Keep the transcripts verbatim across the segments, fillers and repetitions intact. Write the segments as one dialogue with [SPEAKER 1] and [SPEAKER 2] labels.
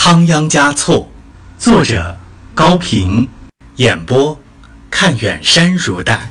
[SPEAKER 1] 仓央嘉措，作者高平，演播看远山如黛。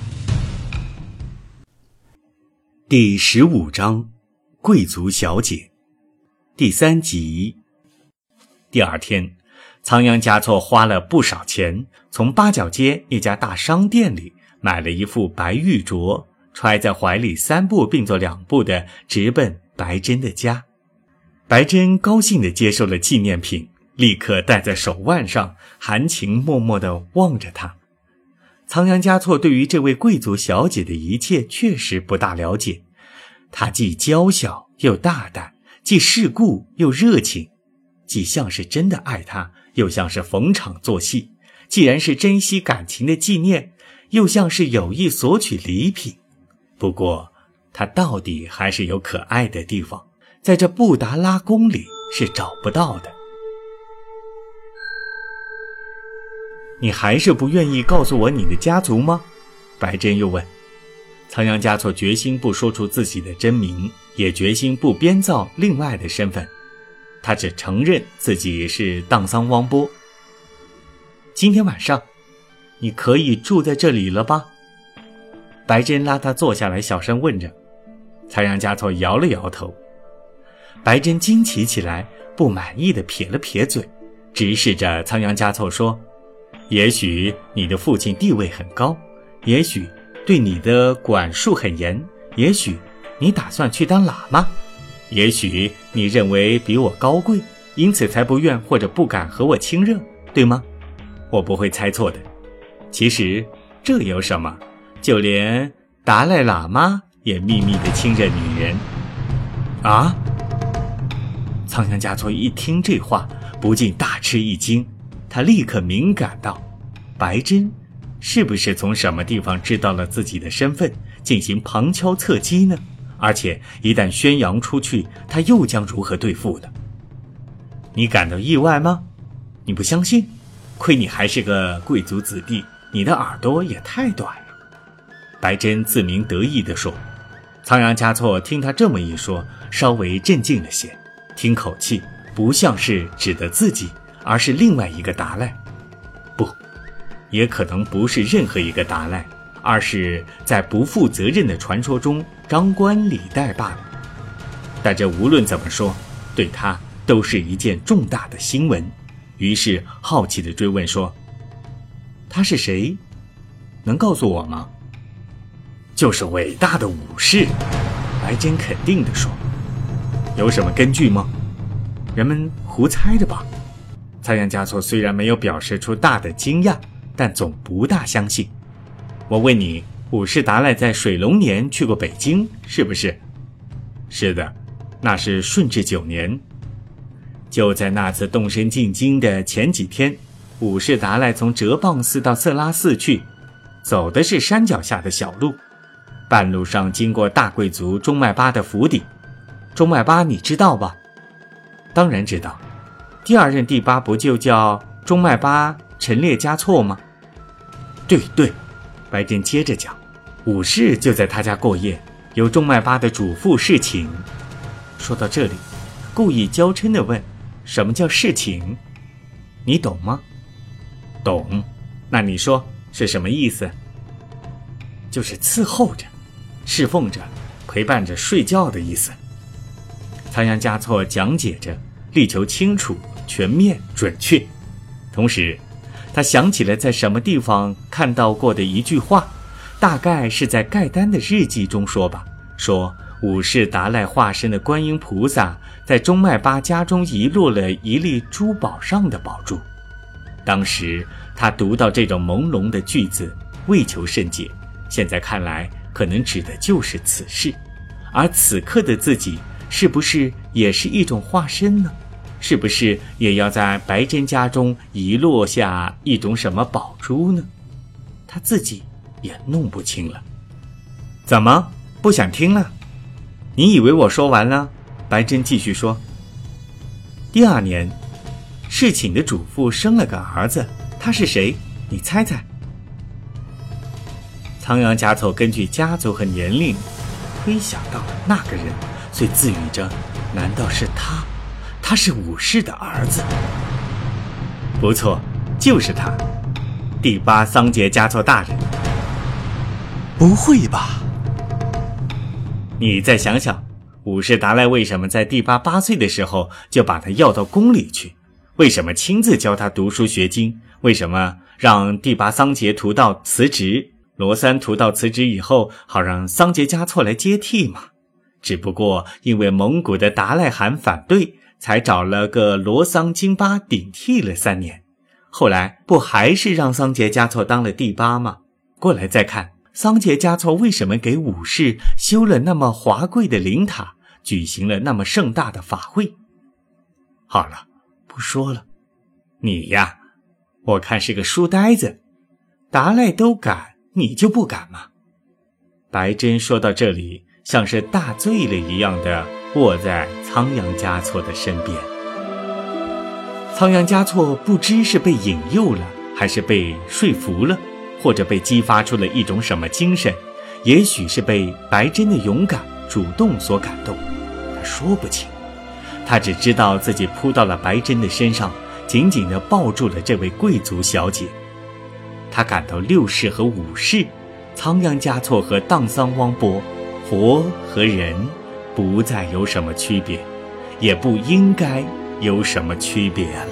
[SPEAKER 1] 第十五章，贵族小姐，第三集。第二天，仓央嘉措花了不少钱，从八角街一家大商店里买了一副白玉镯，揣在怀里三步并作两步地直奔白珍的家。白珍高兴地接受了纪念品，立刻戴在手腕上，含情脉脉地望着他。仓央嘉措对于这位贵族小姐的一切确实不大了解，她既娇小又大胆，既世故又热情，既像是真的爱他，又像是逢场作戏，既然是珍惜感情的纪念，又像是有意索取礼品。不过他到底还是有可爱的地方，在这布达拉宫里是找不到的。你还是不愿意告诉我你的家族吗？白珍又问。仓央嘉措决心不说出自己的真名，也决心不编造另外的身份，他只承认自己是荡桑汪波。今天晚上你可以住在这里了吧？白珍拉他坐下来，小声问着。仓央嘉措摇了摇头。白珍惊奇起来，不满意地撇了撇嘴，直视着仓央嘉措说，也许你的父亲地位很高，也许对你的管束很严，也许你打算去当喇嘛，也许你认为比我高贵，因此才不愿或者不敢和我亲热，对吗？我不会猜错的。其实这有什么，就连达赖喇嘛也秘密地亲热女人。啊？仓央嘉措一听这话，不禁大吃一惊，他立刻敏感到，白珍是不是从什么地方知道了自己的身份，进行旁敲侧击呢？而且一旦宣扬出去，他又将如何对付呢？你感到意外吗？你不相信？亏你还是个贵族子弟，你的耳朵也太短了。白珍自鸣得意地说。仓央嘉措听他这么一说，稍微镇静了些，听口气不像是指的自己，而是另外一个达赖。不，也可能不是任何一个达赖，而是在不负责任的传说中张冠李戴罢了。但这无论怎么说，对他都是一件重大的新闻。于是好奇地追问说，他是谁？能告诉我吗？就是伟大的武士，白珍肯定地说。有什么根据吗？人们胡猜的吧。仓央嘉措虽然没有表示出大的惊讶，但总不大相信。我问你，武士达赖在水龙年去过北京，是不是？是的，那是顺治九年。就在那次动身进京的前几天，武士达赖从哲蚌寺到色拉寺去，走的是山脚下的小路，半路上经过大贵族中麦巴的府邸。中麦巴你知道吧？当然知道，第二任第八不就叫中麦巴陈列嘉措吗？对对，白珍接着讲，武士就在他家过夜，由中麦巴的主妇侍寝。说到这里，故意娇嗔地问，什么叫侍寝？你懂吗？懂。那你说是什么意思？就是伺候着，侍奉着，陪伴着睡觉的意思。仓央嘉措讲解着，力求清楚、全面、准确。同时他想起了在什么地方看到过的一句话，大概是在盖丹的日记中说吧，说武士达赖化身的观音菩萨在中麦巴家中遗落了一粒珠宝上的宝珠。当时他读到这种朦胧的句子，未求甚解，现在看来可能指的就是此事。而此刻的自己是不是也是一种化身呢？是不是也要在白珍家中遗落下一种什么宝珠呢？他自己也弄不清了。怎么，不想听了？你以为我说完了？白珍继续说。第二年，侍寝的主妇生了个儿子，他是谁？你猜猜。仓央嘉措根据家族和年龄推想到了那个人，遂自语着，难道是他？他他是武士的儿子。不错，就是他，第八桑杰嘉措大人。
[SPEAKER 2] 不会吧？
[SPEAKER 1] 你再想想，武士达赖为什么在第八八岁的时候就把他要到宫里去？为什么亲自教他读书学经？为什么让第八桑杰图道辞职？罗三图道辞职以后，好让桑杰嘉措来接替嘛？只不过因为蒙古的达赖汗反对，才找了个罗桑金巴顶替了三年。后来不还是让桑杰嘉措当了第八吗？过来再看，桑杰嘉措为什么给武士修了那么华贵的灵塔，举行了那么盛大的法会？好了，不说了。你呀，我看是个书呆子，达赖都敢，你就不敢吗？白珍说到这里，像是大醉了一样的卧在仓央嘉措的身边。仓央嘉措不知是被引诱了，还是被说服了，或者被激发出了一种什么精神，也许是被白珍的勇敢主动所感动，他说不清。他只知道自己扑到了白珍的身上，紧紧地抱住了这位贵族小姐。他感到六世和五世，仓央嘉措和荡桑汪波，佛和人不再有什么区别，也不应该有什么区别了。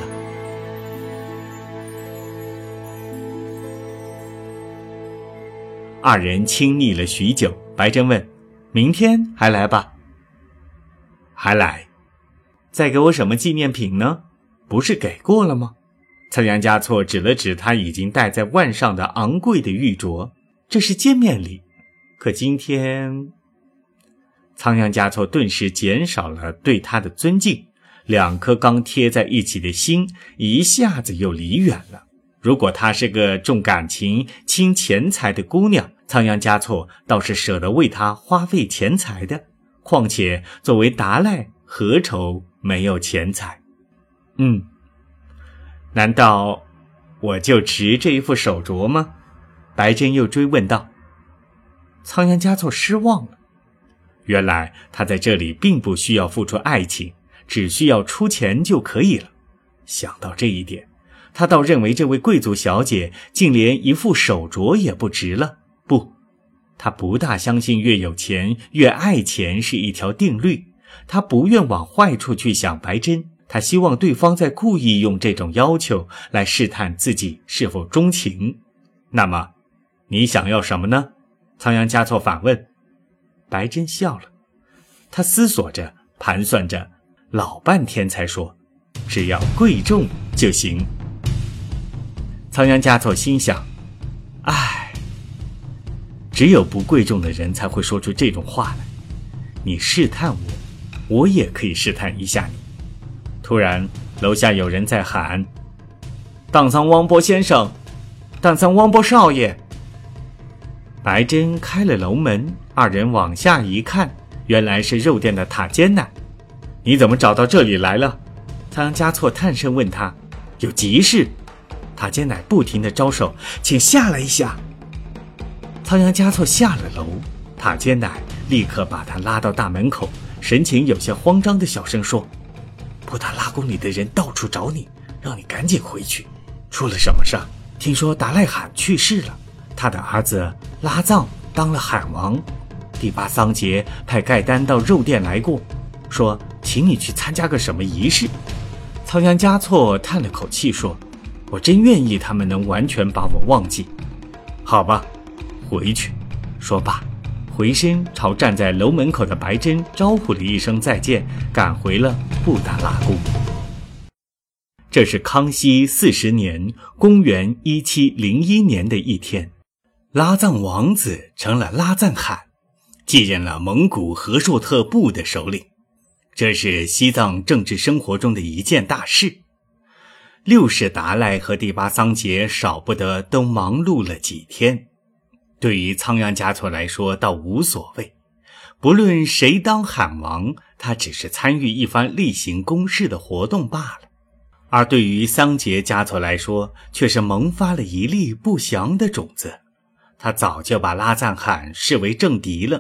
[SPEAKER 1] 二人亲昵了许久，白珍问：明天还来吧？还来。再给我什么纪念品呢？不是给过了吗？仓央嘉措指了指他已经戴在腕上的昂贵的玉镯，这是见面礼。可今天……仓央嘉措顿时减少了对他的尊敬，两颗刚贴在一起的心一下子又离远了。如果她是个重感情、轻钱财的姑娘，仓央嘉措倒是舍得为她花费钱财的。况且作为达赖，何愁没有钱财？嗯，难道我就值这一副手镯吗？白珍又追问道。仓央嘉措失望了。原来他在这里并不需要付出爱情，只需要出钱就可以了。想到这一点，他倒认为这位贵族小姐竟连一副手镯也不值了。不，他不大相信越有钱越爱钱是一条定律。他不愿往坏处去想白珍，他希望对方在故意用这种要求来试探自己是否钟情。那么你想要什么呢？仓央嘉措反问。白珍笑了，他思索着盘算着，老半天才说，只要贵重就行。仓央嘉措心想，唉，只有不贵重的人才会说出这种话来。你试探我，我也可以试探一下你。突然楼下有人在喊，荡桑汪波先生，荡桑汪波少爷。白珍开了楼门，二人往下一看，原来是肉店的塔尖奶。你怎么找到这里来了？仓央嘉措探身问他。有急事。塔尖奶不停地招手，请下来一下。仓央嘉措下了楼，塔尖奶立刻把他拉到大门口，神情有些慌张地小声说，布达拉宫里的人到处找你，让你赶紧回去。出了什么事？听说达赖汗去世了，他的儿子拉藏当了汗王。第八桑杰派盖丹到肉店来过，说请你去参加个什么仪式。仓央嘉措叹了口气说，我真愿意他们能完全把我忘记。好吧，回去。说罢回身朝站在楼门口的白珍招呼了一声再见，赶回了布达拉宫。这是康熙四十年，公元一七零一年的一天，拉藏王子成了拉赞汗，继任了蒙古和硕特部的首领。这是西藏政治生活中的一件大事。六世达赖和第八桑杰少不得都忙碌了几天。对于仓央嘉措来说倒无所谓，不论谁当汗王，他只是参与一番例行公事的活动罢了。而对于桑杰嘉措来说，却是萌发了一粒不祥的种子。他早就把拉赞汗视为政敌了，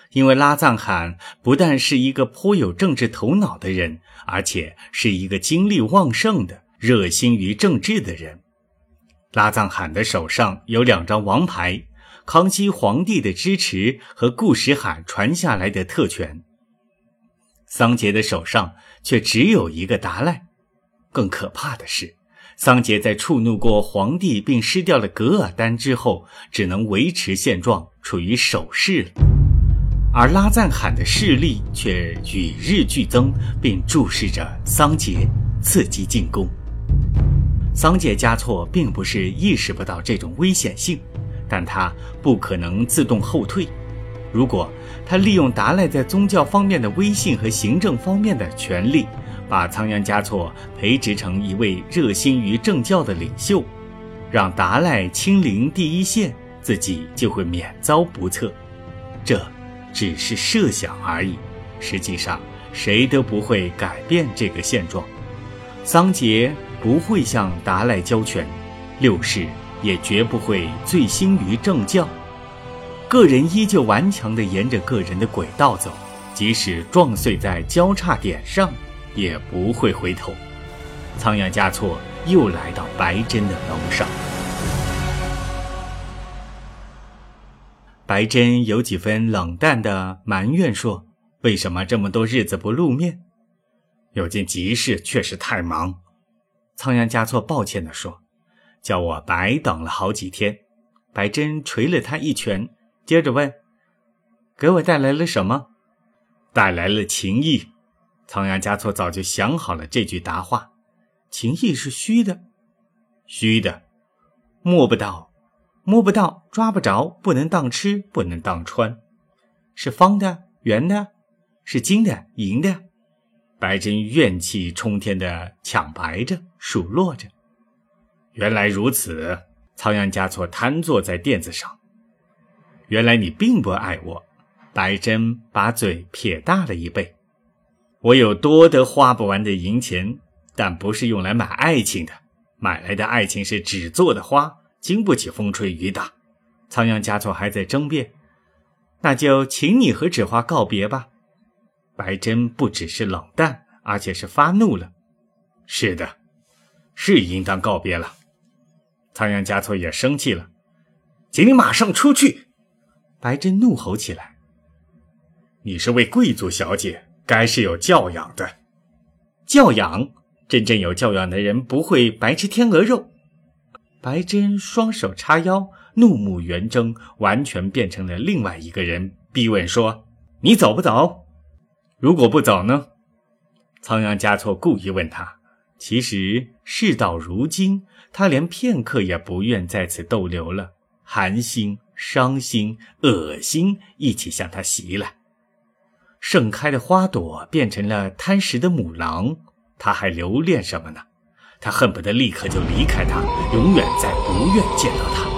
[SPEAKER 1] 因为拉藏汗不但是一个颇有政治头脑的人，而且是一个精力旺盛的、热心于政治的人。拉藏汗的手上有两张王牌，康熙皇帝的支持和固始汗传下来的特权。桑杰的手上却只有一个达赖。更可怕的是，桑杰在触怒过皇帝并失掉了噶尔丹之后，只能维持现状，处于守势了。而拉赞罕的势力却与日俱增，并注视着桑杰，伺机进攻。桑杰嘉措并不是意识不到这种危险性，但他不可能自动后退。如果他利用达赖在宗教方面的威信和行政方面的权力，把仓央嘉措培植成一位热心于政教的领袖，让达赖亲临第一线，自己就会免遭不测。这只是设想而已，实际上谁都不会改变这个现状。桑杰不会向达赖交权，六世也绝不会醉心于政教，个人依旧顽强地沿着个人的轨道走，即使撞碎在交叉点上也不会回头。仓央嘉措又来到白珍的楼上。白珍有几分冷淡地埋怨说，为什么这么多日子不露面？有件急事，确实太忙。仓央嘉措抱歉地说，叫我白等了好几天。白珍捶了他一拳，接着问，给我带来了什么？带来了情谊。仓央嘉措早就想好了这句答话。情谊是虚的。虚的，摸不到，摸不到，抓不着，不能当吃，不能当穿。是方的，圆的，是金的，银的。白珍怨气冲天地抢白着，数落着。原来如此。仓央嘉措瘫坐在垫子上。原来你并不爱我。白珍把嘴撇大了一倍。我有多得花不完的银钱，但不是用来买爱情的，买来的爱情是纸做的花，经不起风吹雨打。仓央嘉措还在争辩，那就请你和纸花告别吧。白珍不只是冷淡，而且是发怒了。是的，是应当告别了。仓央嘉措也生气了，请你马上出去。白珍怒吼起来，你是位贵族小姐，该是有教养的。教养？真正有教养的人不会白吃天鹅肉。白珍双手叉腰，怒目圆睁，完全变成了另外一个人，逼问说，你走不走？如果不走呢？仓央嘉措故意问他。其实事到如今，他连片刻也不愿在此逗留了，寒心、伤心、恶心一起向他袭来。盛开的花朵变成了贪食的母狼，他还留恋什么呢？他恨不得立刻就离开他，永远再不愿见到他。